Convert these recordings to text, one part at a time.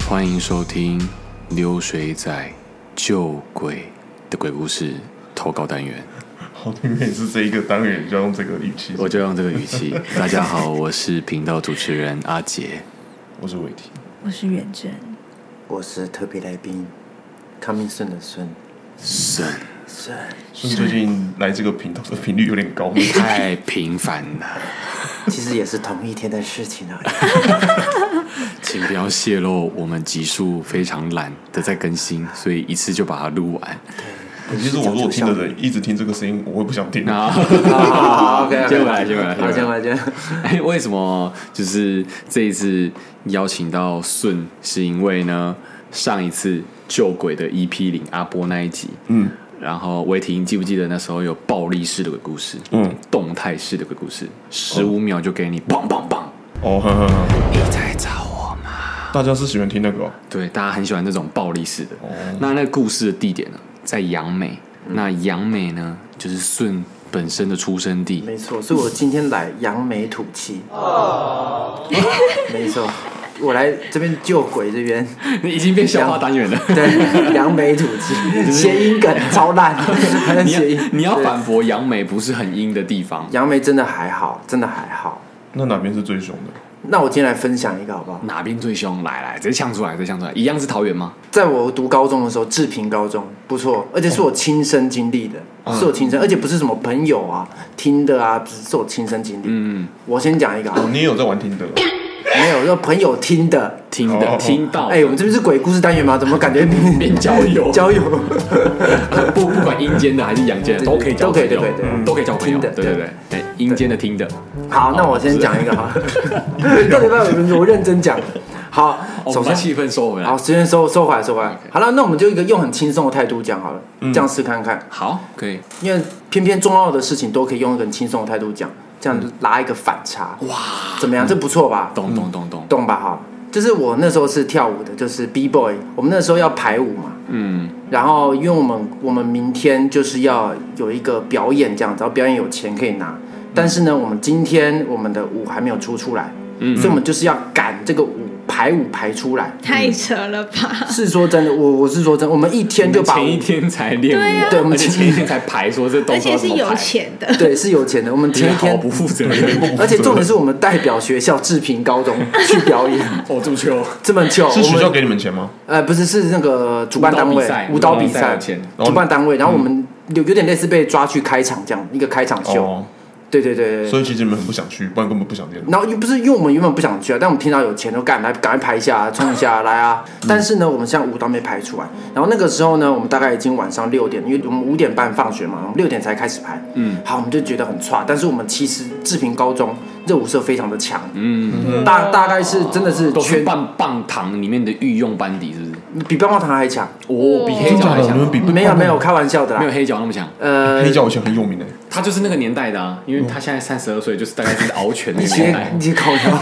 欢迎收听流水仔救鬼的鬼故事投稿单元。 好听也是这一个单元就要用这个语气， 我就用这个语气。大家好，我是频道主持人阿杰， 我是伟霆， 我是远征， 我是特别来宾，coming soon的孙。 孙最近来这个频道的频率有点高， 太频繁了， 其实也是同一天的事情而已。 请不要泄露我们集数非常懒的在更新，所以一次就把它录完。 其实我如果听的人一直听这个声音，我会不想听。 好 OK， 先回来。 好，先回来。 哎，为什么就是这一次邀请到顺，是因为呢，上一次救鬼的 EP0阿波那一集，然后伟霆记不记得那时候有暴力式的鬼故事，动态式的鬼故事，15秒就给你棒棒棒。 哦， 你在找我吗？ 大家是喜欢听那个哦？ 对，大家很喜欢这种暴力式的。那个故事的地点呢，在杨美。那杨美呢，就是顺本身的出生地。 没错，所以我今天来扬眉吐气。没错，我来这边救鬼这边。 你已经变笑话单元了。 对，扬眉吐气，谐音梗超烂。 你要反驳杨美不是很阴的地方。 杨梅真的还好，真的还好。 那哪边是最凶的？ 那我今天来分享一个好不好？ 哪边最凶？来，直接呛出来，一样是桃园吗？ 在我读高中的时候，志平高中不错，而且是我亲身经历的，是我亲身，而且不是什么朋友啊听的啊，是我亲身经历。我先讲一个你也有在玩听的？ 没有，是朋友听的， 听到。 哎，我们这边是鬼故事单元吗？怎么感觉变交友？不管阴间的还是阳间的都可以交朋友，都可以交朋友。对，阴间的听的。 好，那我先讲一个哈，到底我认真讲。好， 首先气氛收回来。 好，时间收回来。好了，那我们就用很轻松的态度讲好了，这样试看看。 好，可以。 因为偏偏重要的事情都可以用一个很轻松的态度讲，这样拉一个反差。哇，怎么样？这不错吧？ 懂吧？哈，就是我那时候是跳舞的，就是 B boy， 我们那时候要排舞嘛。然后因为我们明天就是要有一个表演这样子，然后表演有钱可以拿。但是呢，我们今天我们的舞还没有出来，所以我们就是要赶这个排舞排出来。 太扯了吧？ 是说真的，我是说真的，我们一天就把前一天才练舞， 对，我们前一天才排，说这动作而且是有钱的， 对，是有钱的。我们前一天好不负责任， 而且重点是我们代表学校志平高中去表演。 哦，这么糗， 这么糗， 是学校给你们钱吗？ 不是，是那个主办单位舞蹈比赛主办单位，然后我们有点类似被抓去开场这样一个开场秀。对， 所以其实你们很不想去，不然根本不想练。 然后不是因为我们原本不想去啊，但我们听到有钱就赶快排一下，冲一下来啊！但是呢，我们现在舞蹈没排出来。然后那个时候呢，我们大概已经晚上6点，因为我们5点半放学嘛，我们6点才开始排。好，我们就觉得很差。但是我们其实志平高中热舞社非常的强，大概是真的是都是棒堂里面的御用班底，是不是？ 比棒棒堂还强比黑脚还强？ 没有，开玩笑的啦， 没有黑脚那么强。 黑脚以前很有名的， 他就是那个年代的啊，因为他现在32岁，就是大概是敖犬那个年代。 你搞笑，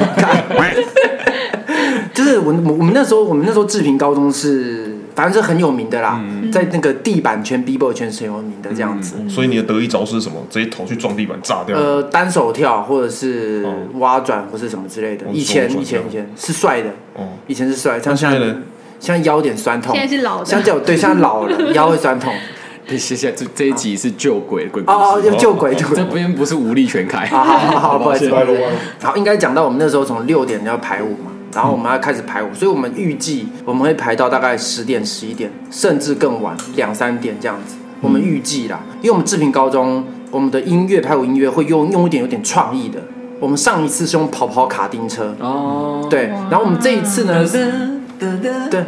就是我们那时候志平高中是反正是很有名的啦，在那个地板圈 B-boy 圈是很有名的这样子。 所以你的得意招式是什么？直接头去撞地板炸掉？ 单手跳或者是蛙转或是什么之类的。以前是帅的，以前是帅，像腰有点酸痛， 现在是老的， 现在老了，腰会酸痛。 谢谢，这一集是救鬼故事要救鬼， 这边不是无力全开。 好，不好意思。好，应该讲到我们那时候从6点要排舞嘛，然后我们要开始排舞，所以我们预计我们会排到大概10点、11点，甚至更晚2、3点这样子。我们预计啦，因为我们志平高中我们的排舞音乐会用一点有点创意的。我们上一次是用跑卡丁车，对，然后我们这一次呢。对，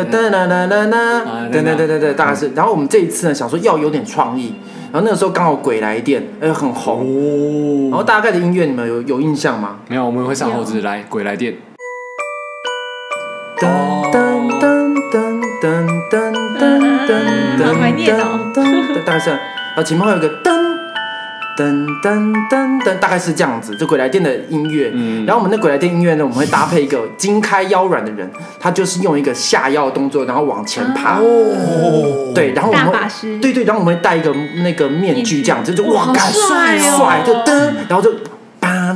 大概是。然后我们这一次呢，想说要有点创意，然后那个时候刚好《鬼来电》很红，然后大概的音乐你们有印象吗？ 没有，我们会上后置来《鬼来电》。 好怀念哦。 大概是，然后前面会有一个噔。噔噔噔噔，大概是这样子，就鬼来电的音乐。然后我们的鬼来电音乐呢，我们会搭配一个筋开腰软的人，他就是用一个下腰的动作，然后往前爬。对，然后我们对，然后我们会戴一个那个面具，这样子就哇， 帅就噔，然后就。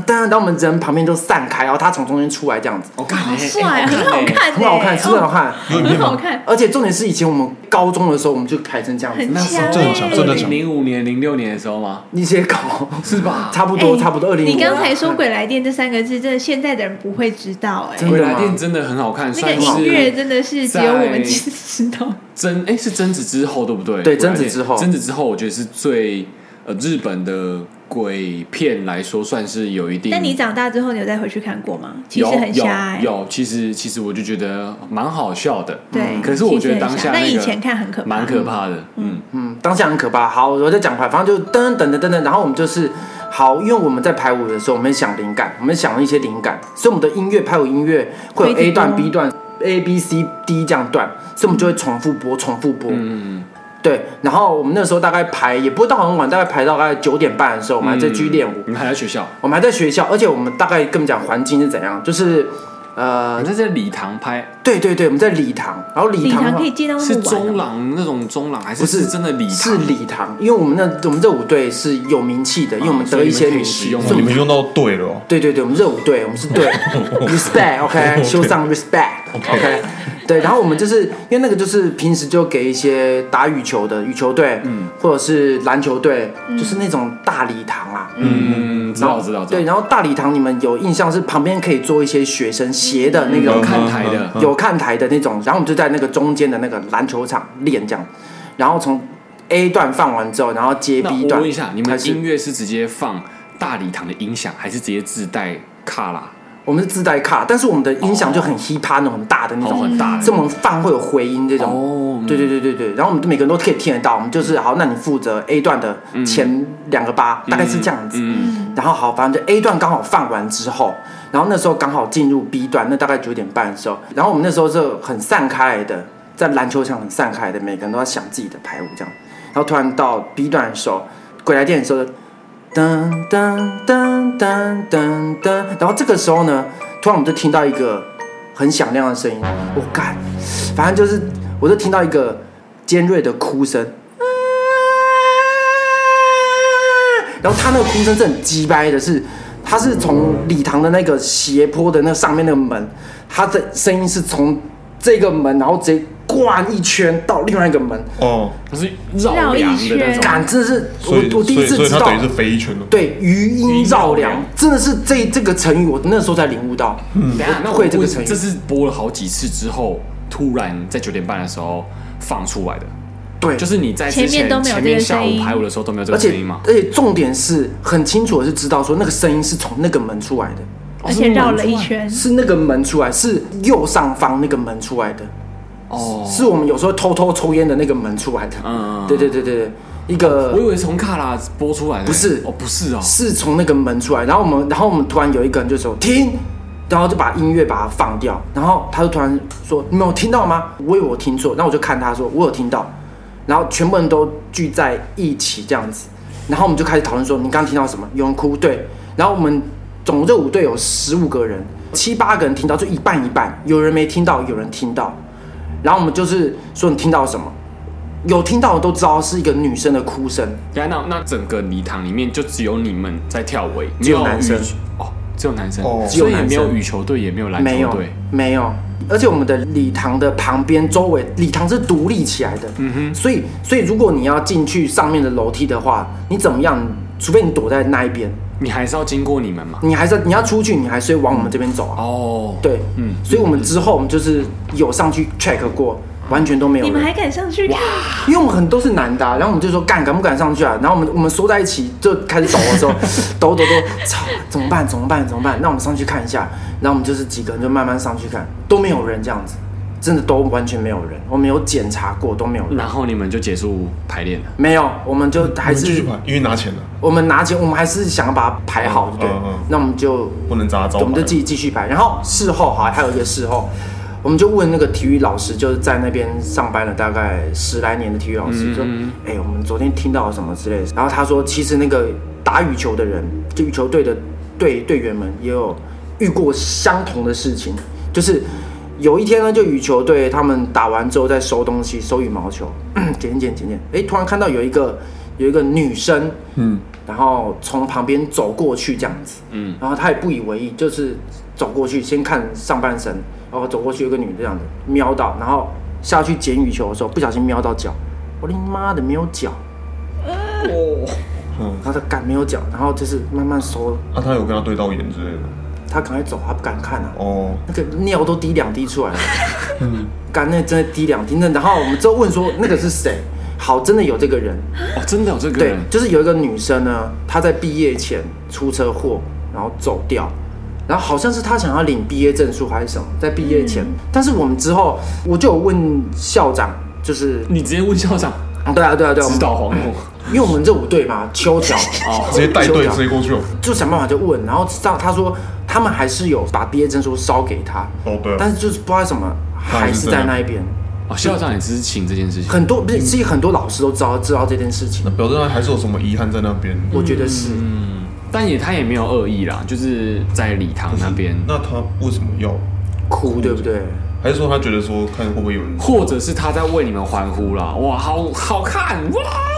噔，然后我们人旁边都散开，然后他从中间出来这样子， 我看好帅，很好看， 很好看，是不是很好看？ 很好看。 而且重点是以前我们高中的时候，我们就排成这样子， 很强， 这很强，真的强。 05年、06年的时候吗？ 一些搞是吧？ 差不多2005。 你刚才说“鬼来电”这3个字，真的现在的人不会知道哎。 鬼来电真的很好看， 那个音乐真的是只有我们知道。 是贞子之后对不对？ 对，贞子之后， 贞子之后，我觉得是最日本的鬼片来说，算是有一定。 但你长大之后，你有再回去看过吗？其实很瞎哎。 有，其实我就觉得蛮好笑的。 对， 可是我觉得当下但以前看很可怕， 蛮可怕的。 当下很可怕。好，我再讲回来，反正就噔，然后我们就是好，因为我们在排舞的时候，我们想灵感，我们想了一些灵感，所以我们的音乐排舞音乐会有 A 段、B 段、A B C D 这样段，所以我们就会重复播。对，然后我们那时候大概排也不会到很晚，大概排到大概9点半的时候，我们还在继续练舞。 你们还在学校？ 我们还在学校，而且我们大概跟你讲环境是怎样，就是你在礼堂拍？ 对，我们在礼堂，然后礼堂可以接到是中廊那种中廊，还是真的礼堂？ 是礼堂，因为我们这舞队是有名气的，因为我们得一些名气。 你们用到队了哦。 对，我们热舞队，我们是队，respect，OK， show some respect，OK。对，然后我们就是因为那个就是平时就给一些打羽球的羽球队，或者是篮球队，就是那种大礼堂啦。 知道。 对，然后大礼堂你们有印象是旁边可以坐一些学生斜的那种有看台的那种，然后我们就在那个中间的那个篮球场练这样，然后从 A 段放完之后，然后接 B 段。 我问一下，你们音乐是直接放大礼堂的音响，还是直接自带卡拉？ 我们是自带卡，但是我们的音响就很 hip hop 那种很大的那种， 很大的， 所以我们放会有回音这种。对，然后我们每个人都可以听得到。我们就是好，那你负责 A 段的前2个8，大概是这样子。然后好，反正就 A 段刚好放完之后，然后那时候刚好进入 B 段，那大概9点半的时候，然后我们那时候是很散开来的，在篮球场很散开来的，每个人都要想自己的排舞这样。然后突然到 B 段的时候，鬼来电的时候。噔，然后这个时候呢，突然我们就听到一个很响亮的声音，反正就是我就听到一个尖锐的哭声，然后他那个哭声是很鸡掰的，他是从礼堂的那个斜坡的那上面那个门，他的声音是从这个门，然后直接灌一圈到另外一个门， 它是绕梁的那种， 真的是我第一次知道， 所以它等于是飞一圈了。 对，余音绕梁，真的是这个成语，我那时候才领悟到。 等一下，那会这个成语， 这是播了好几次之后，突然在9点半的时候放出来的。 对， 就是你在之前下午排舞的时候都没有这个声音吗？ 而且重点是很清楚的是知道说那个声音是从那个门出来的， 而且绕了一圈， 是那个门出来，是右上方那个门出来的。是我们有时候偷偷抽烟的那个门出来的。对，一个我以为从卡拉播出来的， 不是是从那个门出来。然后我们突然有一个人就说停，然后就把音乐把它放掉，然后他就突然说你们有听到吗？我以为我听错，那我就看他说我有听到，然后全部人都聚在一起这样子，然后我们就开始讨论说你刚刚听到什么？有人哭，对，然后我们总这舞队有15个人，7、8个人听到，就一半，有人没听到，有人听到。然后我们就是说你听到什么？有听到的都知道是一个女生的哭声。 那整个礼堂里面就只有你们在跳舞， 只有男生只有男生，所以也没有羽球队，也没有篮球队， 没有。而且我们的礼堂的旁边周围，礼堂是独立起来的，所以如果你要进去上面的楼梯的话，你怎么样？除非你躲在那一边， 你还是要经过你们嘛？你要出去，你还是会往我们这边走啊。对，所以我们之后我们就是有上去 check 过，完全都没有人。 你们还敢上去看？ 因为我们很多是男的，然后我们就说敢不敢上去啊？然后我们缩在一起就开始抖的时候，抖，操，怎么办？那我们上去看一下。然后我们就是几个人就慢慢上去看，都没有人这样子。真的都完全没有人，我们有检查过都没有人。 然后你们就结束排练了？ 没有，我们就还是继续排，因为拿钱了。 我们拿钱，我们还是想要把它排好，对。那我们就不能砸招牌， 我们就继续排。然后事后还有一个事后，我们就问那个体育老师，就是在那边上班了大概10来年的体育老师，说：“我们昨天听到了什么之类的。”然后他说：“其实那个打羽球的人，就羽球队的队员们也有遇过相同的事情，就是。”有一天呢，就羽球队他们打完之后在收东西，收羽毛球，捡，突然看到有一个有一个女生，然后从旁边走过去这样子，然后他也不以为意，就是走过去先看上半身，然后走过去有个女的这样子瞄到，然后下去捡羽球的时候不小心瞄到脚，我的妈的没有脚，然后他赶没有脚，然后就是慢慢收。 他有跟他对到眼之类的。 他赶快走，他不敢看啊。那个尿都滴2滴出来了。干那真的滴2滴，然后我们之后问说那个是谁？好，真的有这个人。 真的有这个人。 对，就是有一个女生呢，她在毕业前出车祸，然后走掉。然后好像是她想要领毕业证书还是什么，在毕业前。但是我们之后我就有问校长，就是你直接问校长。 对啊， 指导黄木， 因为我们这5队嘛，秋条直接带队直接过去， 就想办法就问，然后他说他们还是有把毕业证书烧给他， 对， 但是就是不知道为什么还是在那一边。 校长也知情这件事情， 很多其实很多老师都知道这件事情， 那表示他还是有什么遗憾在那边。 我觉得是， 但他也没有恶意啦，就是在礼堂那边。 那他为什么要哭，对不对？ 还是说他觉得说看会不会有人， 或者是他在为你们欢呼啦？哇，好看哇！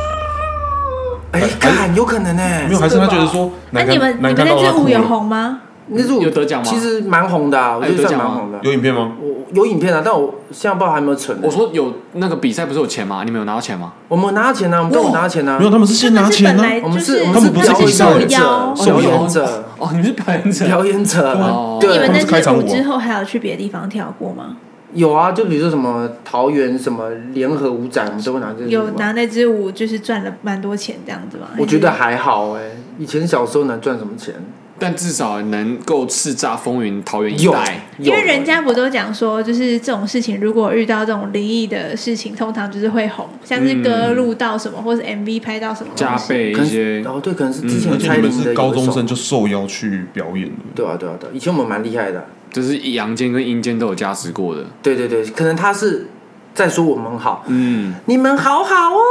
看有可能没有，还是他觉得说， 那你们那支舞有红吗？ 那支舞有得奖吗？ 其实蛮红的，我觉得算蛮红的。 有影片吗？ 有影片啊，但我现在不知道还有没有存。 我说有那个比赛不是有钱吗？你们有拿到钱吗？ 我们拿到钱啊，我们都有拿到钱啊。 没有，他们是先拿钱啊。 我们是受邀表演者。 你们是表演者。 表演者。 对，你们那支舞之后还有去别的地方跳过吗？ 有啊，就比如说什么桃园什么联合舞展，我们都会拿这支舞。 有拿那支舞就是赚了蛮多钱这样子吗？ 我觉得还好以前小时候能赚什么钱？ 但至少能够叱咤风云桃园一带， 因为人家不都讲说，就是这种事情，如果遇到这种灵异的事情，通常就是会红，像是歌录到什么，或是 MV 拍到什么， 加倍一些。 对，可能是之前蔡琳的高中生就受邀去表演了。 对啊，以前我们蛮厉害的， 就是阳间跟阴间都有加持过的。 对，可能他是在说我们好，你们好好哦，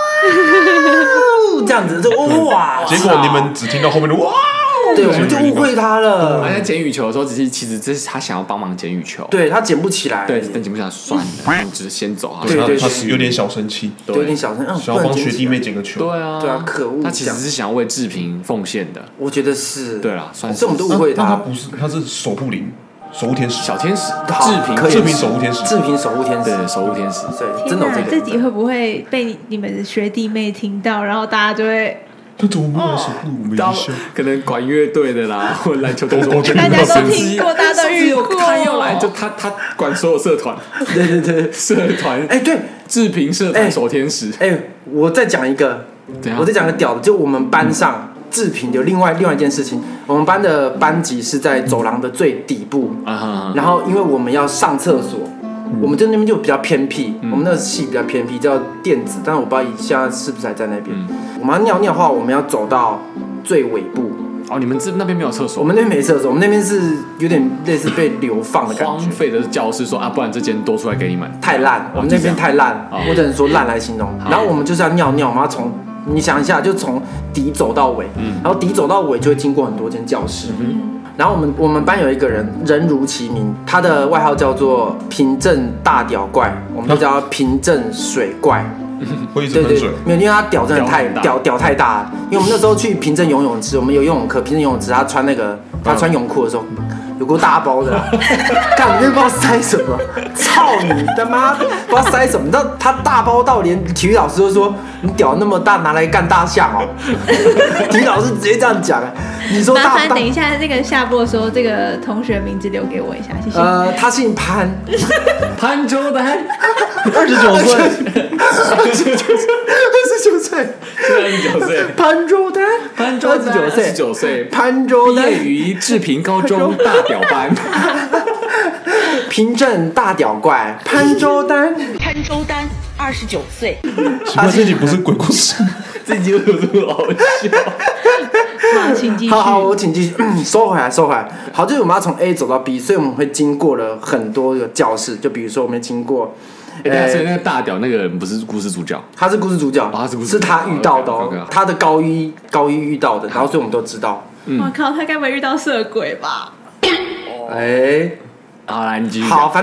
这样子就哇， 结果你们只听到后面的哇。 对，我们就误会他了。 他在捡羽球的时候，其实这是他想要帮忙捡羽球。 对，他捡不起来。 对，但捡不起来算了，只是先走。 对， 他有点小生气， 有点小生气， 想要帮学弟妹捡个球。 对啊， 可恶！ 他其实是想要为志平奉献的。 我觉得是。 对啦，算是。 这我们都误会他。 他不是，他是守护灵。守护天使， 小天使， 志平守护天使， 志平守护天使， 对，守护天使， 对，真的有这个。 这集会不会被你们的学弟妹听到，然后大家就会？ 这怎么没有守护我们一下？ 可能管乐队的啦，或篮球队的， 大家都听过，大家都遇过。 他要来就他管所有社团， 对， 社团， 对， 志平社团守天使。 我再讲一个，我再讲个屌的，就我们班上。志平有另外一件事情，我们班的班级是在走廊的最底部，然后因为我们要上厕所，我们就那边就比较偏僻，我们那个系比较偏僻，叫电子，但是我不知道现在是不是还在那边。我们要尿尿的话，我们要走到最尾部。 你们那边没有厕所？ 我们那边没厕所，我们那边是有点类似被流放的感觉， 荒废的教室说不然这间多出来给你们。 太烂，我们那边太烂，我只能说烂来形容。然后我们就是要尿尿，我们要从。你想一下，就从底走到尾，然后底走到尾就会经过很多间教室。然后我们班有一个人如其名，他的外号叫做平镇大屌怪，我们就叫他平镇水怪。 会一直喷水？ 没有，因为他屌真的屌太大了。因为我们那时候去平镇游泳池，我们有游泳课，平镇游泳池他穿泳裤的时候。有够大包的，干你不知道塞什么，操你他妈不知道塞什么，你知道他大包到连体育老师都说你屌那么大拿来干大象哦，体育老师直接这样讲，你说麻烦等一下那个下播的时候，这个同学名字留给我一下，谢谢。 他姓潘， 潘周丹 ，29岁 ，29岁，潘周丹，29岁，潘周丹， 毕业于志平高中大屌班， 平镇大屌怪潘周丹 ，29岁。 奇怪，这集不是鬼故事， 这集有这么好笑？ 请继续。 好，我请继续。收回来。好，就是我们要从 A 走到 B， 所以我们会经过了很多个教室。就比如说，我们经过。 所以那个大屌那个人不是故事主角， 他是故事主角，是他遇到的哦，他的高一遇到的，然后所以我们都知道。 我靠，他该不会遇到色鬼吧？ 好，来你继续。 好，反正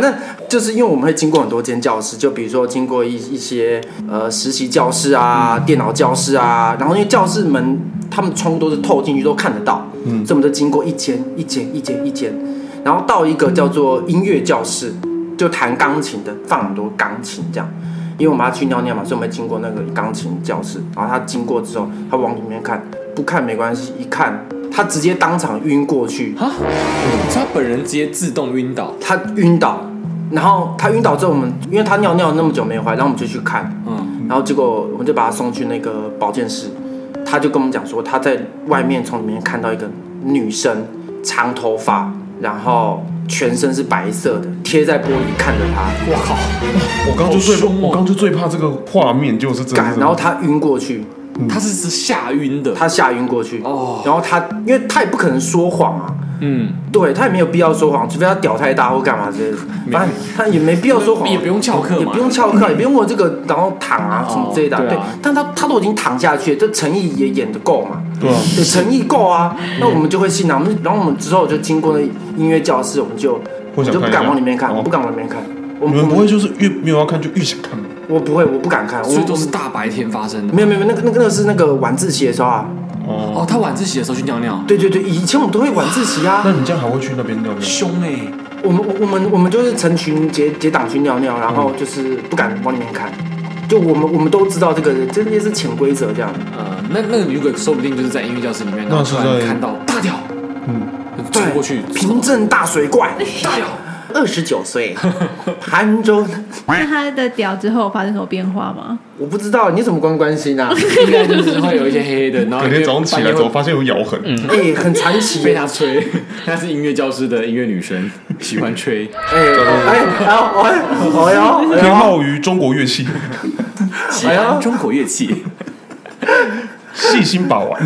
就是因为我们会经过很多间教室，就比如说经过一些实习教室啊、电脑教室啊，然后因为教室门他们窗户都是透进去都看得到，所以我们就经过一间，然后到一个叫做音乐教室，就弹钢琴的，放很多钢琴这样。因为我们要去尿尿嘛，所以我们会经过那个钢琴教室，然后他经过之后，他往里面看，不看没关系，一看他直接当场晕过去。 啊，他本人直接自动晕倒。 他晕倒，然后他晕倒之后，我们因为他尿尿那么久没回来，然后我们就去看，然后结果我们就把他送去那个保健室，他就跟我们讲说，他在外面从里面看到一个女生，长头发，然后全身是白色的，贴在玻璃看着他。 我靠！ 我刚就最怕这个画面，就是真的。 然后他晕过去， 他是吓晕的， 他吓晕过去。 哦， 然后他，因为他也不可能说谎啊。对他也没有必要说谎，除非他屌太大或干嘛之类的。反正他也没必要说谎， 也不用翘课嘛， 也不用翘课，也不用我这个然后躺啊什么之类的。对，但他都已经躺下去了，这诚意也演得够嘛。 对啊， 诚意够啊，那我们就会信啊。然后我们之后就经过那音乐教室，我们就不敢往里面看，我不敢往里面看。 你们不会就是越没有要看就越想看吗？ 我不会，我不敢看。 所以都是大白天发生的。 没有，那个是那个晚自习的时候啊。 哦，他晚自习的时候去尿尿。 对，以前我们都会晚自习啊。 那你这样还会去那边尿尿？ 凶哎！ 我们就是成群结党去尿尿，然后就是不敢往里面看。就我们都知道这些是潜规则这样。 那个女鬼说不定就是在音乐教室里面，然后突然看到大屌，冲过去， 平镇大水怪， 大屌。 29岁，杭州。 那他的屌之后发生什么变化吗？ 我不知道，你怎么关心啊？ 应该就是会有一些黑黑的，然后隔天早上起来之后发现有咬痕， 很传奇。 被他吹，她是音乐教室的音乐女生，喜欢吹。 偏好于中国乐器， 喜欢中国乐器。 细心把玩，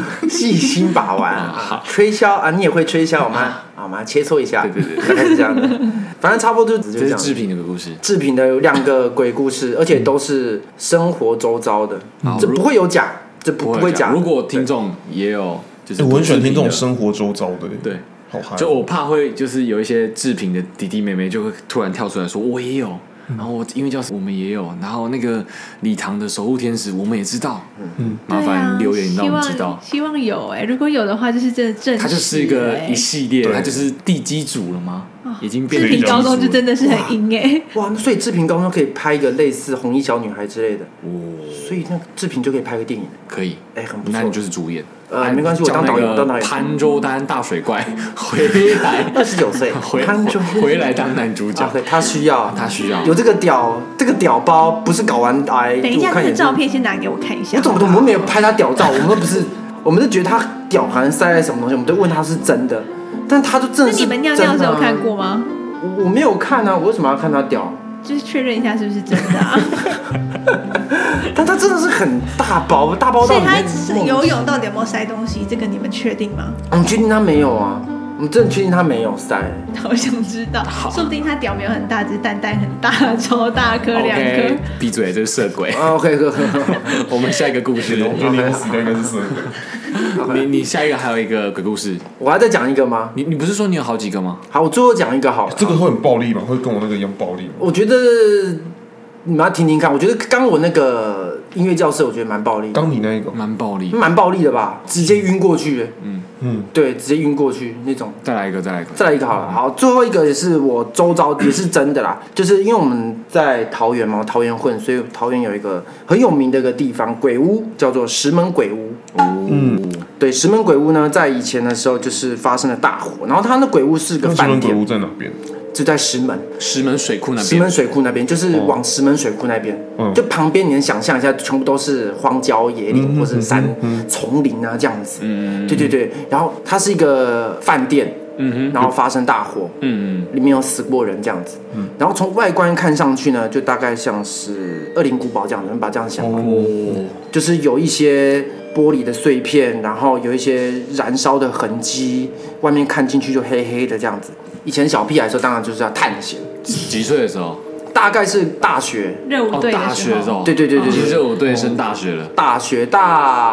吹箫啊，你也会吹箫吗？好吗？切磋一下， 对， 大概是这样的。反正差不多就这是志平的故事。 志平的有2个鬼故事，而且都是生活周遭的，这不会有假，这不会假。 如果听众也有，就是我很喜欢听这种生活周遭的， 对， 好嗨。 就我怕会就是有一些志平的弟弟妹妹就会突然跳出来说，我也有。然后音乐教室我们也有，然后那个礼堂的守护天使我们也知道，麻烦留言让我们知道。 希望有如果有的话，就是真的正式。 它就是一个一系列，它就是地基组了吗？已经变成志平高中就真的是很阴哇，所以志平高中可以拍一个类似红衣小女孩之类的所以那志平就可以拍个电影， 可以， 很不错。 那你就是主演。 没关系，我当导演， 潘州丹大水怪回来 ，29岁， 回来当男主角， 他需要有这个屌包，不是搞完癌。 等一下，这个照片先拿给我看一下。 我们没有拍他屌照，我们是觉得他屌好像塞在什么东西，我们都问他是真的，但他就真的是真的。那你们尿尿的时候有看过吗？ 我没有看啊，我为什么要看他屌？ 就是确认一下是不是真的啊。 但他真的是很大包到里面。所以他游泳到底有没有塞东西？这个你们确定吗？ 我们确定他没有啊，我们真的确定他没有塞。 好想知道，说不定他屌没有很大，只是蛋很大，超大颗2颗。 闭嘴，这是色鬼。 OK， 我们下一个故事。 我觉得你死的应该是色鬼。 你下一个还有一个鬼故事， 我还再讲一个吗？ 你不是说你有好几个吗？ 好，我最后讲一个好了。 这个会很暴力吗？会跟我那个一样暴力吗？ 我觉得你们要听听看。我觉得刚我那个音乐教室，我觉得蛮暴力。 刚你那个蛮暴力的吧？直接晕过去。对，直接晕过去那种。 再来一个好了。 好，最后一个也是我周遭也是真的啦，就是因为我们在桃园嘛，桃园混，所以桃园有一个很有名的一个地方鬼屋，叫做石门鬼屋。对，石门鬼屋呢，在以前的时候就是发生了大火，然后它那鬼屋是个饭店。 石门鬼屋在哪边？ 就在石门水库那边， 就是往石门水库那边，就旁边你能想象一下，全部都是荒郊野岭或是山丛林啊这样子。对，然后它是一个饭店，然后发生大火，里面有死过人这样子。然后从外观看上去呢，就大概像是恶灵古堡这样，能把这样想吗？就是有一些玻璃的碎片，然后有一些燃烧的痕迹，外面看进去就黑黑的这样子。以前小屁孩的时候，当然就是要探险。 几岁的时候？ 大概是大学热舞队大学的时候。 对， 已经热舞队升大学了。 大学大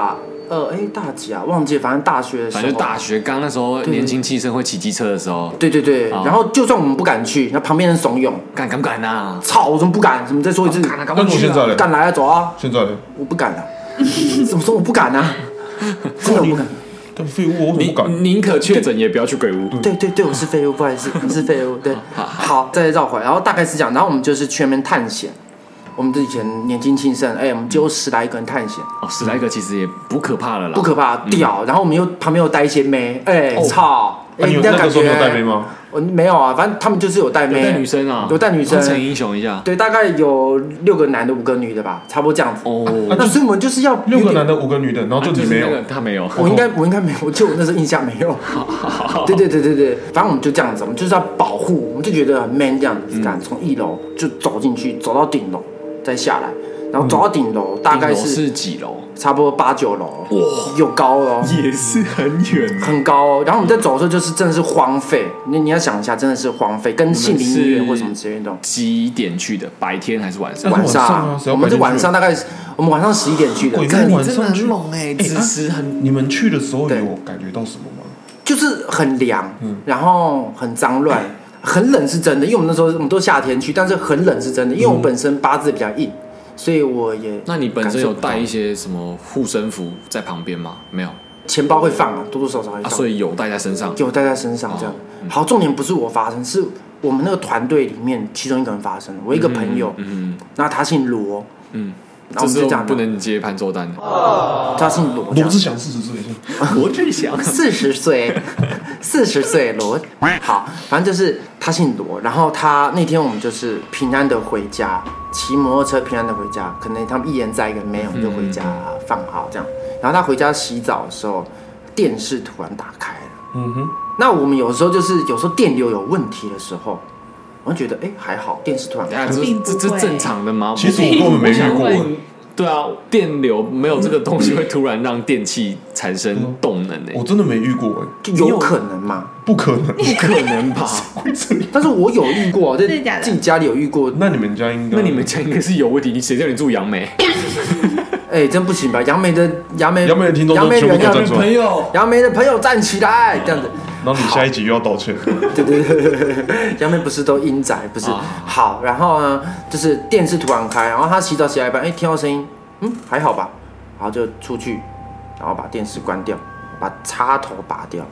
大几啊？忘记了，反正大学的时候， 反正大学刚那时候年轻气盛会骑机车的时候， 对，然后就算我们不敢去，那旁边人怂恿， 敢不敢啊？ 操，我怎么不敢？怎么再说一次？ 敢啊，敢那不去啊？ 我现在嘞？ 敢来啊，走啊！ 现在嘞？ 我不敢啊，怎么说我不敢啊？真的我不敢。 但废物，我怎么不敢？ 宁可确诊也不要去鬼屋。 对，我是废物，不好意思，我是废物。对，好，再绕回来，然后大概是这样，然后我们就是去那边探险。我们以前年轻气盛，我们就10来个人探险。 10来个其实也不可怕了啦， 不可怕，屌。然后我们又旁边有带一些妹，操！ 你那个时候没有带妹吗？ 我没有啊，反正他们就是有带妹， 有带女生啊， 有带女生， 逞英雄一下。 对，大概有6个男的5个女的吧，差不多这样子。那所以我们就是要 6个男的5个女的，然后就你没有， 他没有， 我应该没有，我那时候印象没有。对，反正我们就这样子，我们就是要保护，我们就觉得很 man 这样子，从1楼就走进去，走到顶楼再下来，然后走到顶楼大概是几楼？ 差不多8、9楼，哇，有高哦， 也是很远， 很高哦。然后我们在走的时候，就是真的是荒废，你要想一下，真的是荒废，跟杏林医院或什么之类的。 几点去的？白天还是晚上？ 晚上，我们是晚上，大概我们晚上11点去的。 你真的很猛姿势很。 你们去的时候有感觉到什么吗？ 就是很凉，然后很脏乱，很冷是真的，因为我们那时候我们都夏天去，但是很冷是真的，因为我本身八字比较硬。所以我也， 那你本身有带一些什么护身符在旁边吗？没有， 钱包会放啊，多多少少会放， 所以有带在身上， 有带在身上这样。好，重点不是我发生，是我们那个团队里面其中一个人发生。我一个朋友，那他姓罗， 然后我们就讲不能接盘做单， 他姓罗， 罗志祥40岁， 罗志祥 40岁，罗好，反正就是他姓罗，然后他那天我们就是平安的回家。骑摩托车平安的回家，可能他们一人载一个妹，我们就回家放好这样。然后他回家洗澡的时候，电视突然打开了。那我们有时候电流有问题的时候，我就觉得还好，电视突然打开， 这正常的吗？ 其实我根本没遇过。 对啊，电流没有这个东西会突然让电器产生动能我真的没遇过就有可能吗？ 不可能， 不可能吧？ 但是我有遇过，在自己家里有遇过。 那你们家应该是有问题，你谁叫你住杨梅？ 真不行吧？杨梅的听众都全部都站出来， 杨梅的朋友站起来，这样子。 然后你下一集又要道歉。 对，杨梅不是都阴宅不是？好，然后呢，就是电视突然开，然后他洗澡洗到一半，听到声音，还好吧，然后就出去，然后把电视关掉，把插头拔掉，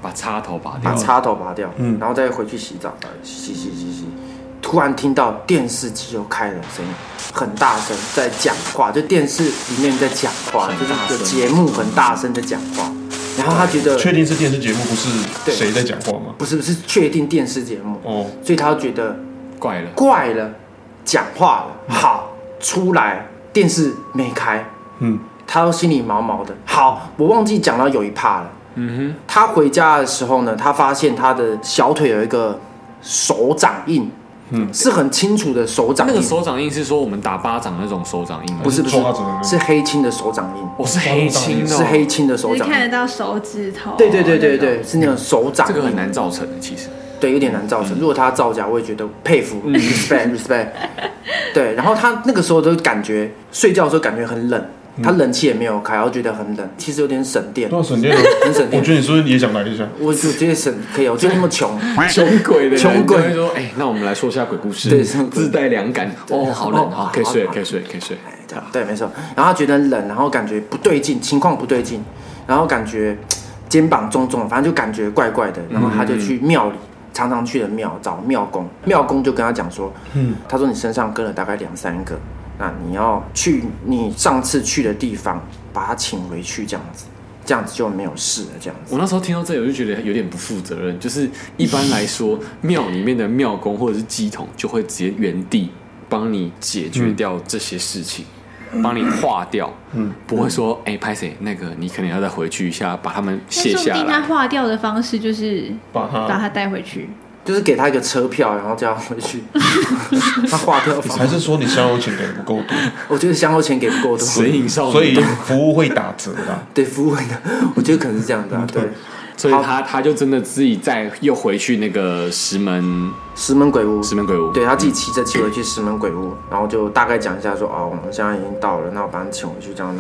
然后再回去洗澡，洗，突然听到电视机又开了声音，很大声在讲话，就电视里面在讲话，就是有节目很大声在讲话。然后他觉得确定是电视节目，不是谁在讲话吗？ 不是确定电视节目所以他觉得怪了，讲话了。好，出来电视没开，他心里毛毛的。好，我忘记讲到有一趴了。他回家的时候呢，他发现他的小腿有一个手掌印。是很清楚的手掌印。 那个手掌印是说我们打巴掌那种手掌印吗？ 不是，是黑青的手掌印。 是黑青的， 是黑青的手掌印， 是看得到手指头。 对，是那种手掌印。 这个很难造成的，其实。 对，有点难造成。如果他造假，我也觉得佩服，respect。对，然后他那个时候都感觉睡觉的时候感觉很冷。他冷气也没有开，然后觉得很冷，其实有点省电。 多少省电啊？ 很省电。 我觉得你是不是也想来一下？ 我觉得省可以，我觉得那么穷鬼的人， 穷鬼说，那我们来说一下鬼故事。 对， 自带凉感。好冷，好，可以睡。 对，没错。然后他觉得很冷，然后感觉不对劲，情况不对劲，然后感觉肩膀重重的，反正就感觉怪怪的。然后他就去庙里，常常去的庙找庙公，庙公就跟他讲说，他说你身上跟了大概2、3个。那你要去你上次去的地方，把他请回去，这样子就没有事了。这样子， 我那时候听到这里，我就觉得有点不负责任。就是一般来说，庙里面的庙公或者是乩童就会直接原地帮你解决掉这些事情，帮你化掉，不会说拍谁那个你可能要再回去一下，把他们卸下来。 说不定他化掉的方式就是把他带回去。 就是给他一个车票，然后叫他回去。他划掉， 还是说你香油钱给不够多？ 我觉得香油钱给不够多， 神隐少女， 所以服务会打折的。 对，服务会的，我觉得可能是这样的。对， 所以他就真的自己再又回去那个石门鬼屋。 对，他自己骑着骑回去石门鬼屋，然后就大概讲一下说，我们现在已经到了，那我把你请回去，这样那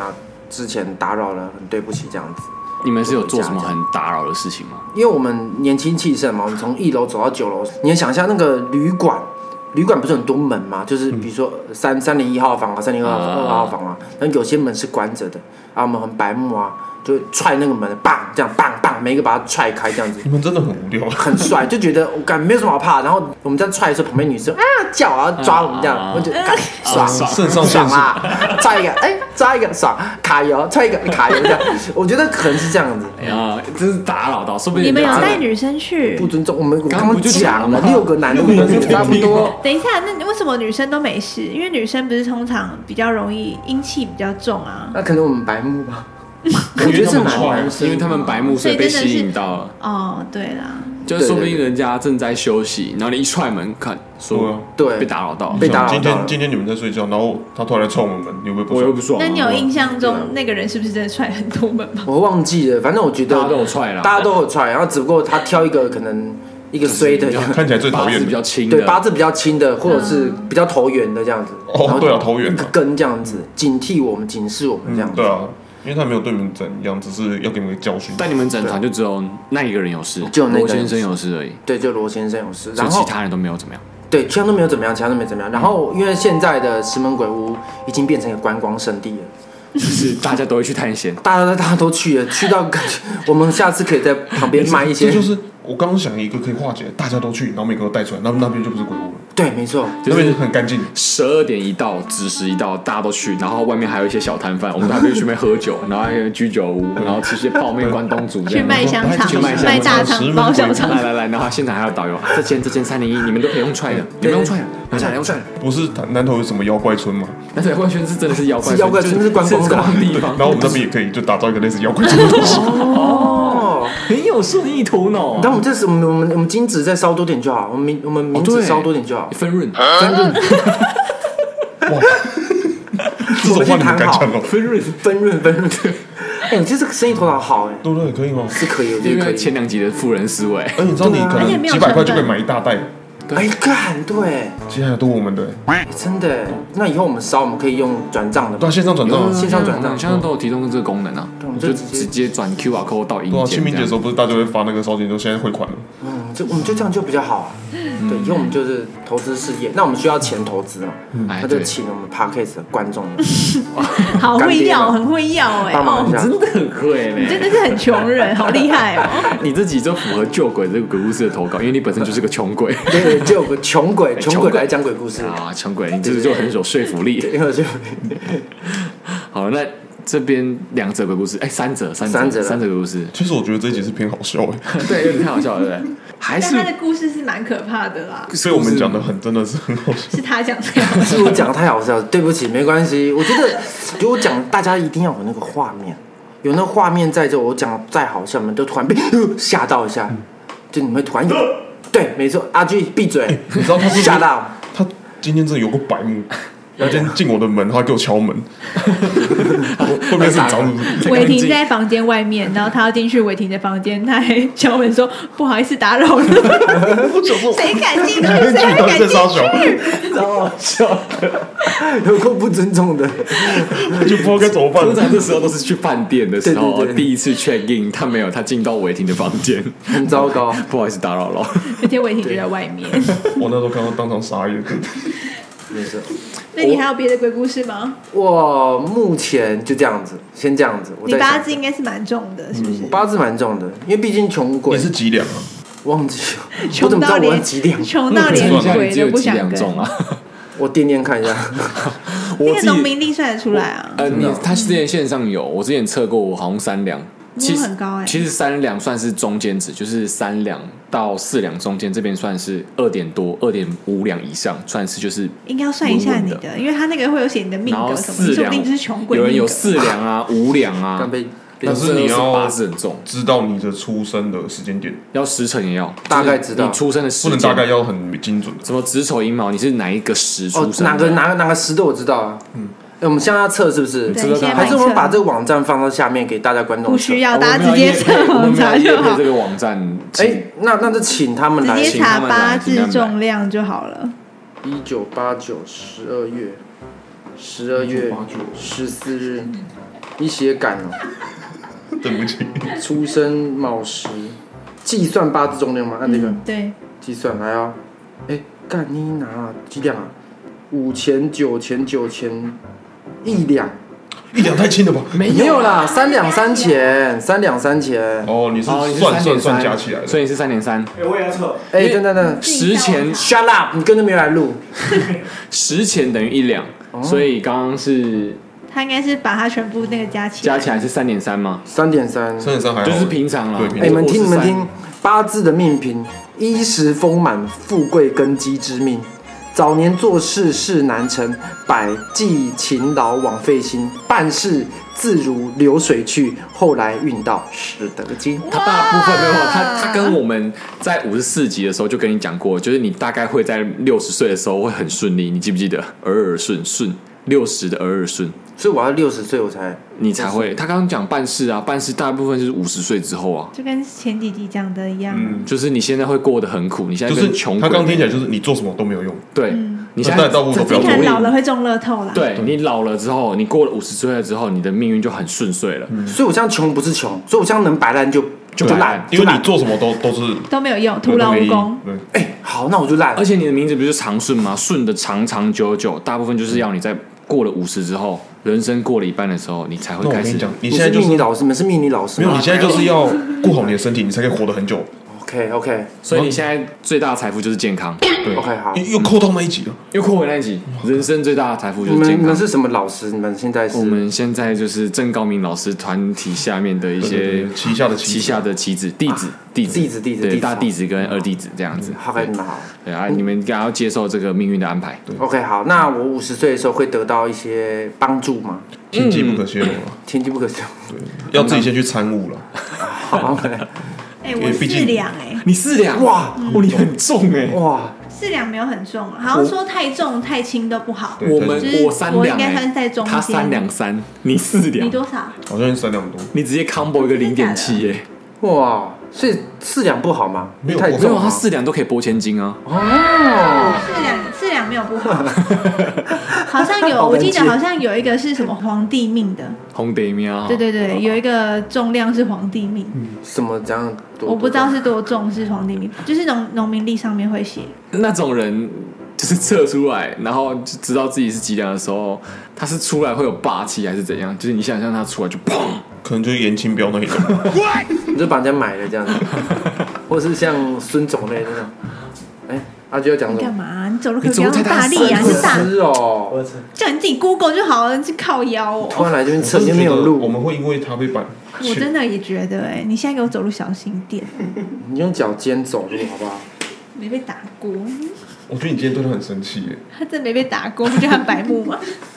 之前打扰了，很对不起这样子。 你们是有做什么很打扰的事情吗？ 因为我们年轻气盛嘛，我们从1楼走到9楼，你能想象那个旅馆不是很多门嘛？就是比如说301号房啊，302号房啊，那有些门是关着的，然后我们很白目啊，就踹那个门，棒这样棒棒，每一个把它踹开这样子。 你们真的很无聊， 很帅，就觉得我感没有什么好怕。然后我们在踹的时候，旁边女生叫啊抓我们这样，我就爽肾上腺素爽啊！抓一个抓一个爽，卡油踹一个卡油这样，我觉得可能是这样子。 啊，真是打扰到，说不定你们有带女生去？ 不尊重我们，我刚刚刚不就讲了讲了 6个男的差不多。 等一下，那为什么女生都没事？因为女生不是通常比较容易阴气比较重啊。 那可能我们白目吧。我觉得是男生， 因为他们白目，所以被吸引到了。 哦，对啦， 就说不定人家正在休息，然后你一踹门，看说对被打扰到， 被打扰到了。 今天你们在睡觉，然后他突然来踹我们门，你会不会不爽？ 我又不爽啊。 那你有印象中那个人是不是真的踹很多门吗？ 我忘记了，反正我觉得大家都有踹啦， 大家都有踹，然后只不过他挑一个可能一个衰的， 看起来最讨厌八字比较轻的， 对八字比较轻的，或者是比较投缘的这样子。 哦，对啊，投缘一个根这样子，警惕我们、警示我们这样子。 对啊，因为他没有对你们怎样，只是要给你们个教训。 但你们整团就只有那一个人有事， 就那个人罗先生有事而已， 对，就罗先生有事， 所然后以其他人都没有怎么样。 对，其他都没有怎么样，其他都没怎么样。然后因为现在的石门鬼屋已经变成一个观光胜地了。 就是大家都会去探险， 大家都去了，去到我们下次可以在旁边卖一些。 这就是我刚刚想一个可以化解，大家都去，然后每个都带出来，那边就不是鬼屋了。 对，没错， 那边很干净。 12点一到，子时一到，大家都去，然后外面还有一些小摊贩，我们还可以去那边喝酒，然后还有居酒屋，然后吃些泡面、关东煮， 去卖香肠、 去卖香肠卖大肠、包小肠。 来，然后现场还有导游，这间301，你们都可以用踹的，你们用踹的，用踹的。 不是南投有什么妖怪村吗？ 但是妖怪村是真的是妖怪村， 是妖怪村是观光的地方。 然后我们那边也可以就打造一个类似妖怪村的东西。 哦， 很有顺意图呢。 但我们这是我们金子再烧多点就好，我们名字烧多点就好， 分润。 哇，这种话你们敢讲哦？ 分润。 哎，你这个生意头脑好哎， 对不对？可以吗？ 是可以，我觉得可以。 前2集的富人思维， 你知道你可能几百块就可以买一大袋。 哎，干对， 接下来都我们的， 真的。那以后我们烧，我们可以用转账的， 对，线上转账， 线上转账， 现在都有提供这个功能啊，就直接转 QR code 到银对啊， 监。 清明节的时候不是大家会发那个烧钱，就现在汇款了。 我们就这样就比较好啊。对，以后我们就是投资事业，那我们需要钱投资嘛，那就请我们 Podcast 的观众好会要，很会要哎， 帮忙一下， 真的很会嘞， 真的是很穷人，好厉害哦。 你自己就符合旧鬼这个鬼故事的投稿，因为你本身就是个穷鬼。 对，就有个穷鬼来讲鬼故事啊，穷鬼，你这就很有说服力。好，那这边2则鬼故事，3则鬼故事。 其实我觉得这一集是偏好笑哎， 对，有点太好笑了，对不对？还是但他的故事是蛮可怕的啦， 所以我们讲的真的是很好笑。 是他讲这样， 是我讲的太好笑了，对不起，没关系。我觉得我讲大家一定要有那个画面，有那个画面在这，我讲再好笑，你们都突然被吓到一下，就你们会突然对，没错，阿居闭嘴， 你知道他是吓到， 他今天真的有个白目。他今天进我的门，他给我敲门，后面是找你。 伟霆在房间外面，然后他要进去伟霆的房间，他还敲门说：“不好意思打扰了。”谁敢进去？谁还敢进去？ 超好笑的，有够不尊重的， 就不知道该怎么办。 通常这时候都是去饭店的时候， 对第一次 check in， 他没有，他进到伟霆的房间， 很糟糕。 不好意思打扰了。 而且伟霆就在外面。 我那时候看到当场傻眼。 没事。 那你还有别的鬼故事吗？ 我目前就这样子，先这样子。 你八字应该是蛮重的，是不是？ 八字蛮重的，因为毕竟穷鬼。 你是几两啊？ 忘记了，我怎么知道我是几两？ 穷到连鬼都不想跟。 我掂看一下。 那个农民历算得出来啊？ 他之前线上有，我之前测过，我好像3两。 其实很高其实3两算是中间值，就是3两到4两中间，这边算是2点多、2.5两以上，算是就是应该要算一下你的，因为他那个会有写你的命格什么，说不定就是穷鬼。 有人有4两啊、5两啊， 但是你要八字很重， 知道你的出生的时间点， 要时辰也要大概知道你出生的时间， 不能大概要很精准。 什么子丑寅卯，你是哪一个时出生？ 哪个时的我知道啊。我们现在要测是不是？还是我们把这个网站放到下面给大家观众？ 不需要，大家直接上网查就好。 这个网站， 那就请他们来， 直接查八字重量就好了。 1989 12月14日你写感哦。 对不起， 出生卯时，计算八字重量吗？按这个对， 计算来啊！哎，干你拿几两啊？5钱、9钱、9钱，1两。 1两太轻了吧？ 没有啦，3两3钱，3两3钱。 哦，你是算加起来的， 所以你是3.3。 哎，我也要测。 哎，等 10钱 ，shut up！你根本没有来录。 10钱等于1两，所以刚刚是他应该是把它全部那个加起来是3.3吗 ？3.3，3.3 还好， 就是平常了。 对， 哎，你们听，八字的命评：衣食丰满，富贵根基之命。早年做事事难成，百计勤劳枉费心，办事自如流水去。后来运到使得金。 他大部分没有，他跟我们在54集的时候就跟你讲过，就是你大概会在60岁的时候会很顺利，你记不记得？儿顺，60的儿顺。 所以我要60岁你才会。他刚刚讲办事啊，办事大部分就是50岁之后啊， 就跟前几集讲的一样。 就是你现在会过得很苦，你现在跟穷。 他刚听起来就是你做什么都没有用。 对，你现在道路都不要做。你老了会中乐透啦。 对，你老了之后，你过了50岁了之后，你的命运就很顺遂了。 所以我这样穷不是穷，所以我这样能摆烂就烂， 因为你做什么都没有用，徒劳无功。 哎，好，那我就烂。 而且你的名字不是长顺吗？顺的长长久久，大部分就是要你在过了50之后，人生过了一半的时候，你才会开始。 你现在就是命理老师，你们是命理老师吗？ 没有，你现在就是要顾好你的身体，你才可以活得很久。 OK， 所以你现在最大的财富就是健康。 对 ，OK， 好， 又扣到那一集了， 又扣回那一集，人生最大的财富就是健康。 你们是什么老师？你们现在是？ 我们现在就是郑高明老师团体下面的一些旗下的棋子弟子，对，大弟子跟二弟子这样子。 好，你们好。 对啊，你们应该要接受这个命运的安排。 OK， 好，那我50岁的时候会得到一些帮助吗？ 天机不可泄露了， 天机不可泄露。 对，要自己先去参悟了。 好 ，OK。 哎，我4两你4两哇，你很重哎哇 ，4两没有很重，好像说太重太轻都不好。 我3两， 我应该算在中间。 他3两3，你4两， 你多少？ 好像3两多， 你直接 combo 一个0.7耶！ 哇，所以4两不好吗？ 没有， 他4两都可以拨千金啊。 哦 ，4两没有不好，好像有，我记得好像有一个是什么皇帝命的。 皇帝命啊！ 对，有一个重量是皇帝命。 什么这样？ 我不知道是多重是皇帝命，就是农民历上面会写。 那种人就是测出来，然后就知道自己是几两的时候，他是出来会有霸气还是怎样？就是你想象他出来就砰， 可能就是严清标那一种， 你就把人家买了这样子，或是像孙总类那种。哎，阿舅要讲什么？ 干嘛？你走路可不要那么大力啊！你大哦， 叫你自己 Google 就好了，你去靠腰哦。 突然来这边测，今天没有录， 我们会因为他被绑。 我真的也觉得，你现在给我走路小心点。 你用脚尖走路好不好？ 没被打过。 我觉得你今天真的很生气耶。 他真没被打过，不觉得很白目吗？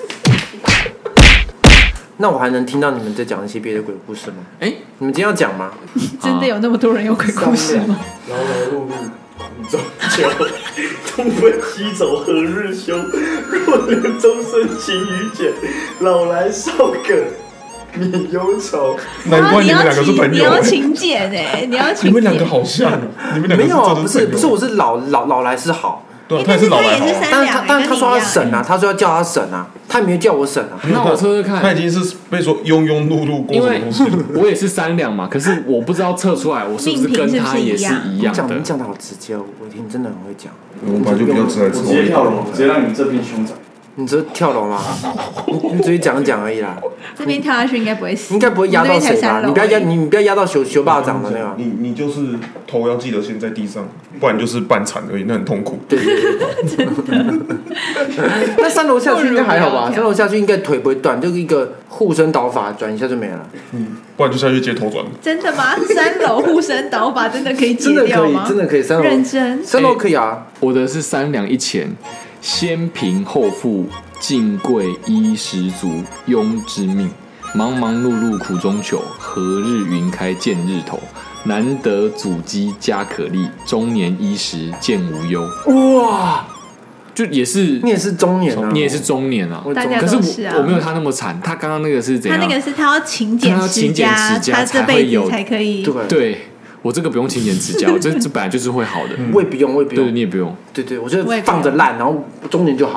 那我还能听到你们在讲一些别的鬼故事吗？你们今天要讲吗？ 真的有那么多人有鬼故事吗？ 劳劳碌碌苦中求，东奔西走何日休？若能终身勤于俭，老来少梗免忧愁。 难怪你们两个是朋友。 你要勤俭你要勤俭。 你们两个好像，你们两个没有，不是，我是老来是好。 对，他也是老来好。 但他说要省啊，他说要叫他省啊，他也没有叫我省啊。 那我测测看， 他已经是被说庸庸碌碌过什么东西。 我也是3两嘛，可是我不知道测出来我是不是跟他也是一样的。 你讲的好直接，我听真的很会讲。 我本来就比较直来直往，直接跳楼，直接让你这边凶宅。 你这跳楼吗？你只是讲讲而已啦。 这边跳下去应该不会死， 应该不会压到谁吧？你不要压到修霸掌的那个。 你就是头要记得先在地上，不然就是半残而已，那很痛苦。 对。那3楼下去应该还好吧？3楼下去应该腿不会断，就是一个护身导法转一下就没了。 不然就下去接头转。 真的吗？3楼护身导法真的可以解掉吗？ 真的可以，3楼认真。 3楼可以啊。 我的是3两1钱。先贫后富，进贵衣食足，庸之命。忙忙碌碌苦中求，何日云开见日头？难得祖基家可立，中年衣食渐无忧。 哇， 就也是你也是中年啊， 你也是中年啊。 大家都是啊。 我没有他那么惨，他刚刚那个是怎样？ 他那个是他要勤俭持家，他这辈子才可以。 对。我这个不用勤俭持家，这本来就是会好的。 我也不用， 对，你也不用。 对，我就放着烂，然后中年就好。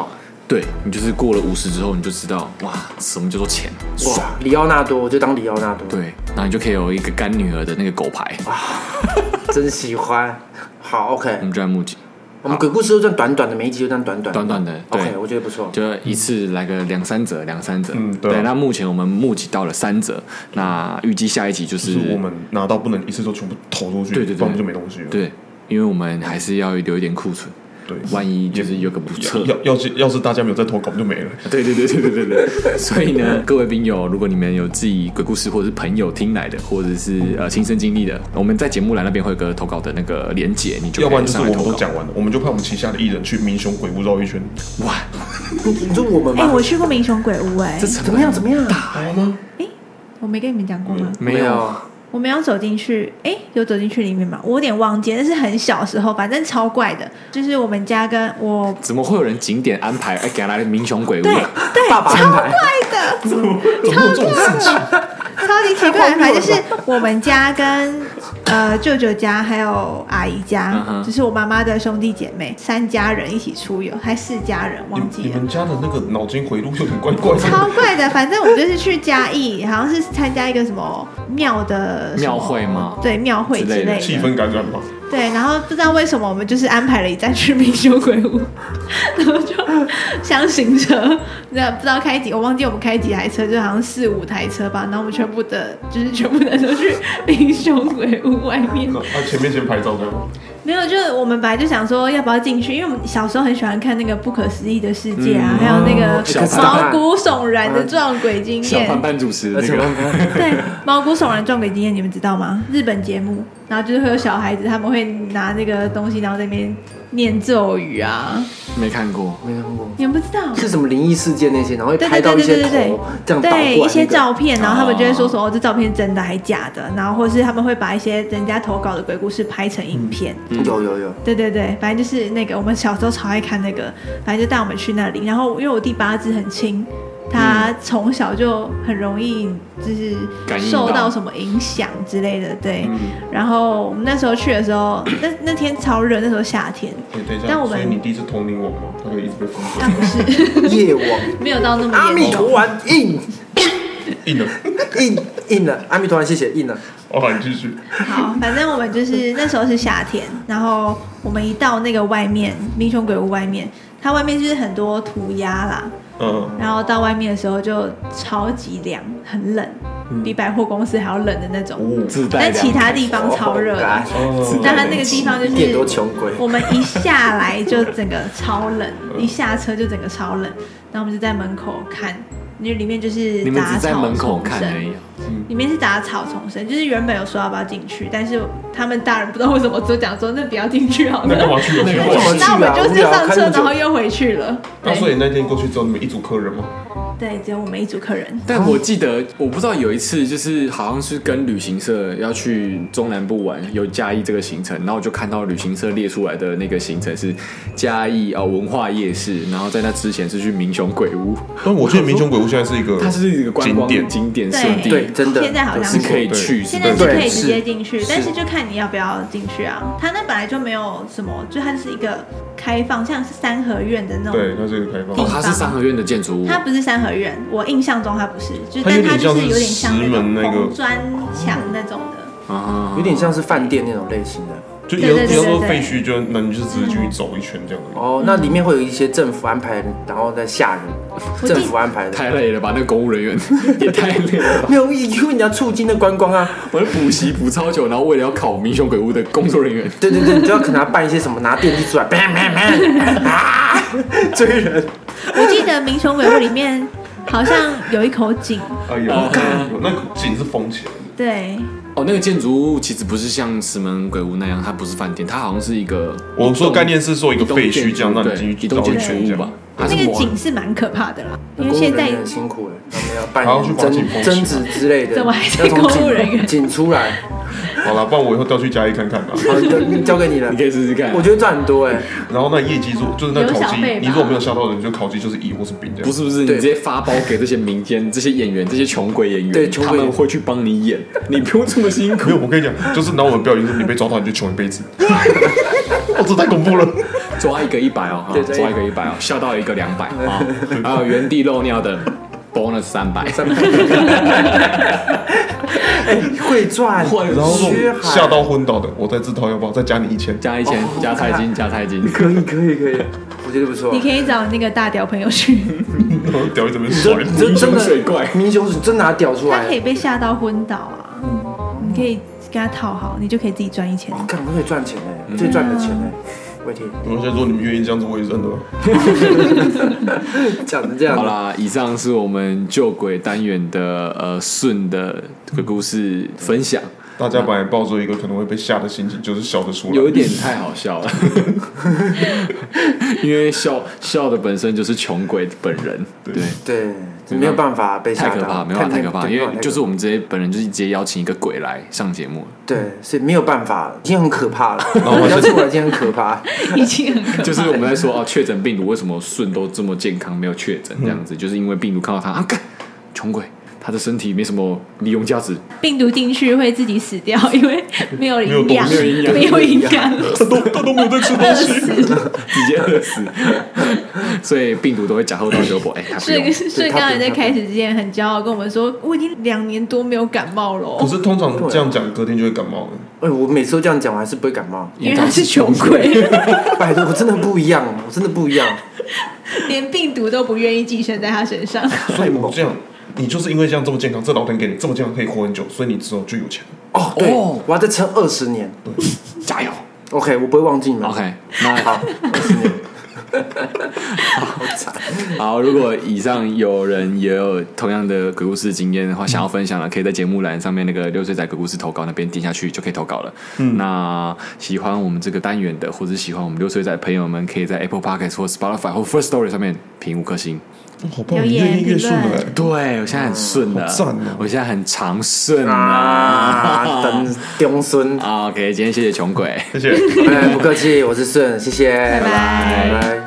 对你就是过了50之后，你就知道哇，什么叫做钱，爽。 哇，里奥纳多，我就当里奥纳多。 对，然后你就可以有一个干女儿的那个狗牌， 真喜欢。好 ，OK， 我们就在募集。 我们鬼故事都这样短短的，每一集就这样短短的。对 OK， 我觉得不错。 就一次来个2、3折。 对。 那目前我们募集到了3折，那预计下一集就是我们拿到不能一次都全部投出去， 对， 不然就没东西了。 对，因为我们还是要留一点库存。 对， 万一就是有个不测， 要是大家没有在投稿就没了。 对。所以呢，各位兵友，如果你们有自己鬼故事，或者是朋友听来的，或者是亲身经历的，我们在节目栏那边会有个投稿的那个连结，你就要不然就是我们都讲完了，我们就派我们旗下的艺人去民雄鬼屋绕一圈。 哇， 你说我们吗？ 我去过民雄鬼屋， 这怎么样？ 好吗？ 我没跟你们讲过吗？ 没有。 我没有走进去，有走进去里面吗？我有点忘记，那是很小时候，反正超怪的。就是我们家跟我怎么会有人景点安排给他来民雄鬼屋？ 对， 爸爸超怪的， 怎么有这种事情？ 超级奇怪的安排，就是我们家跟舅舅家还有阿姨家，就是我妈妈的兄弟姐妹3家人一起出游，还4家人忘记了。 你们家的那个脑筋回路有点怪怪的， 超怪的。反正我们就是去嘉义，好像是参加一个什么庙的庙会吗？ 对，庙会之类的， 气氛感染吗？ 对，然后不知道为什么我们就是安排了一站去民雄鬼屋，然后就箱型车，那不知道开几，我忘记我们开几台车，就好像4、5台车吧。然后我们全部的人都去民雄鬼屋外面。 前面先拍照这样。 没有，就是我们本来就想说要不要进去，因为我们小时候很喜欢看那个《不可思议的世界》啊，还有那个毛骨悚然的撞鬼经验。 小潘潘主持的那个， 对，毛骨悚然撞鬼经验，你们知道吗？日本节目，然后就是会有小孩子，他们会拿那个东西，然后在那边念咒语啊。 没看过， 你们不知道是什么灵异事件那些，然后会拍到一些头这样倒过来， 对一些照片，然后他们就会说这照片真的还假的，然后或是他们会把一些人家投稿的鬼故事拍成影片。 有， 对，反正就是那个我们小时候超爱看那个，反正就带我们去那里。然后因为我弟8字很轻，他从小就很容易就是受到什么影响之类的，对。然后我们那时候去的时候，那天超热，那时候夏天。 等一下， 但我们所以你第一次通灵网吗？他可以一直被封锁。 不是夜网， 没有到那么严重。 阿弥陀丸硬了，阿弥陀丸谢谢硬了。 好，你继续。 好，反正我们就是那时候是夏天，然后我们一到那个外面民雄鬼屋外面，它外面就是很多涂鸦啦。然后到外面的时候就超级凉，很冷，比百货公司还要冷的那种。但其他地方超热的，但它那个地方就是一点都穷鬼。 我们一下来就整个超冷，一下车就整个超冷。然后我们就在门口看，因为里面就是你们只在杂草门口丛生看而已。 里面是杂草丛生，就是原本有说要不要进去，但是他们大人不知道为什么都讲说那不要进去好了。 那干嘛去？ 那我们就是上车，然后又回去了。 那所以那天过去之后，你们一组客人吗？ 对，只有我们一组客人。 但我记得，我不知道有一次就是好像是跟旅行社要去中南部玩，有嘉义这个行程，然后我就看到旅行社列出来的那个行程是嘉义文化夜市，然后在那之前是去民雄鬼屋。 但我记得民雄鬼屋现在是一个， 它是一个观光景点胜地， 对，真的， 现在好像是可以去， 现在是可以直接进去，但是就看你要不要进去啊。它那本来就没有什么，就它就是一个开放，像是三合院的那种。 对，它是一个开放。 它是三合院的建筑物。 它不是三合院，我印象中它不是，但它就是有点像那个红砖墙那种的， 有点像是饭店那种类型的。 就你要说废墟，就那你就是只是进去走一圈这样而已。 哦，那里面会有一些政府安排，然后再吓人。政府安排的太累了吧？那个公务人员也太累了吧？ 没有，因为你要促进的观光啊。 我的补习补超久，然后为了要考民雄鬼屋的工作人员。 对，你就要可能要办一些什么，拿电梯出来，追人。 我记得民雄鬼屋里面好像有一口井， 那口井是封起来的。 对。 那个建筑物其实不是像石门鬼屋那样，它不是饭店，它好像是一个。 我说概念是说一个废墟，这样让你进去一栋建筑物吧。 那个井是蛮可怕的啦，因为现在很辛苦了，他们要办争执之类的， 怎么还在公务人员井出来？ 好了，不然我以后调去嘉义看看吧。 交给你了， 你可以试试看。 我觉得赚很多哎。 然后那业绩就是那烤鸡，你如果没有吓到人，就烤鸡就是乙或是丙这样。 不是，你直接发包给这些民间、这些演员、这些穷鬼演员，他们会去帮你演，你不用这么辛苦。 没有，我跟你讲，就是拿我们表演说你被抓到你就穷一辈子。这太恐怖了。 抓一个100哦，抓一个100哦，笑到一个200啊，还有原地漏尿的 bonus 300。 会赚， 然后吓到昏倒的，我再自掏腰包再加你1000， 加1000，加菜金，加菜金， 可以，我觉得不错。 你可以找那个大屌朋友去， 屌一直被甩， 民雄水怪， 民雄水真拿屌出来， 他可以被吓到昏倒啊，你可以跟他套好，你就可以自己赚1000。 看我可以赚钱哎，可以赚你的钱哎。伟霆， 我现在说你们愿意这样子，我也认了。 讲成这样， 好啦，以上是我们救鬼单元的顺的鬼故事分享。 大家本来抱着一个可能会被吓的心情，就是笑得出来， 有一点太好笑了，因为笑的本身就是穷鬼本人， 对，没有办法被吓到， 太可怕，没办法太可怕，因为就是我们直接本人就是直接邀请一个鬼来上节目， 对，所以没有办法，已经很可怕了，我要出来已经很可怕， 已经很可怕。 就是我们在说确诊病毒为什么顺都这么健康，没有确诊这样子，就是因为病毒看到他干穷鬼。他的身体没什么利用价值， 病毒进去会自己死掉，因为没有营养，没有营养， 他都没有在吃东西， 直接饿死。所以病毒都会假后到就不所以刚才在开始之前很骄傲跟我们说，我已经2年多没有感冒了。 可是通常这样讲，隔天就会感冒了。 我每次都这样讲，我还是不会感冒， 因为他是穷鬼。 拜托，我真的不一样， 连病毒都不愿意寄生在他身上。 所以我这样。你就是因为这样这么健康，这老天给你这么健康可以活很久，所以你之后就有钱哦。对，我要再撑20年， 加油 ！OK， 我不会忘记你们。 OK， 那好，20年。 好惨。好，如果以上有人也有同样的鬼故事经验的话，想要分享的，可以在节目栏上面那个6岁仔鬼故事投稿那边点下去就可以投稿了。那喜欢我们这个单元的，或者喜欢我们6岁仔的朋友们，可以在 Apple Podcast 或 Spotify 或 First Story 上面评5颗星。 好棒，你越顺了。 对，我现在很顺了， 赞哦！ 我现在很长顺啊，等中顺。 OK， 今天谢谢穷鬼， 谢谢， 不客气，我是顺，谢谢， 拜拜。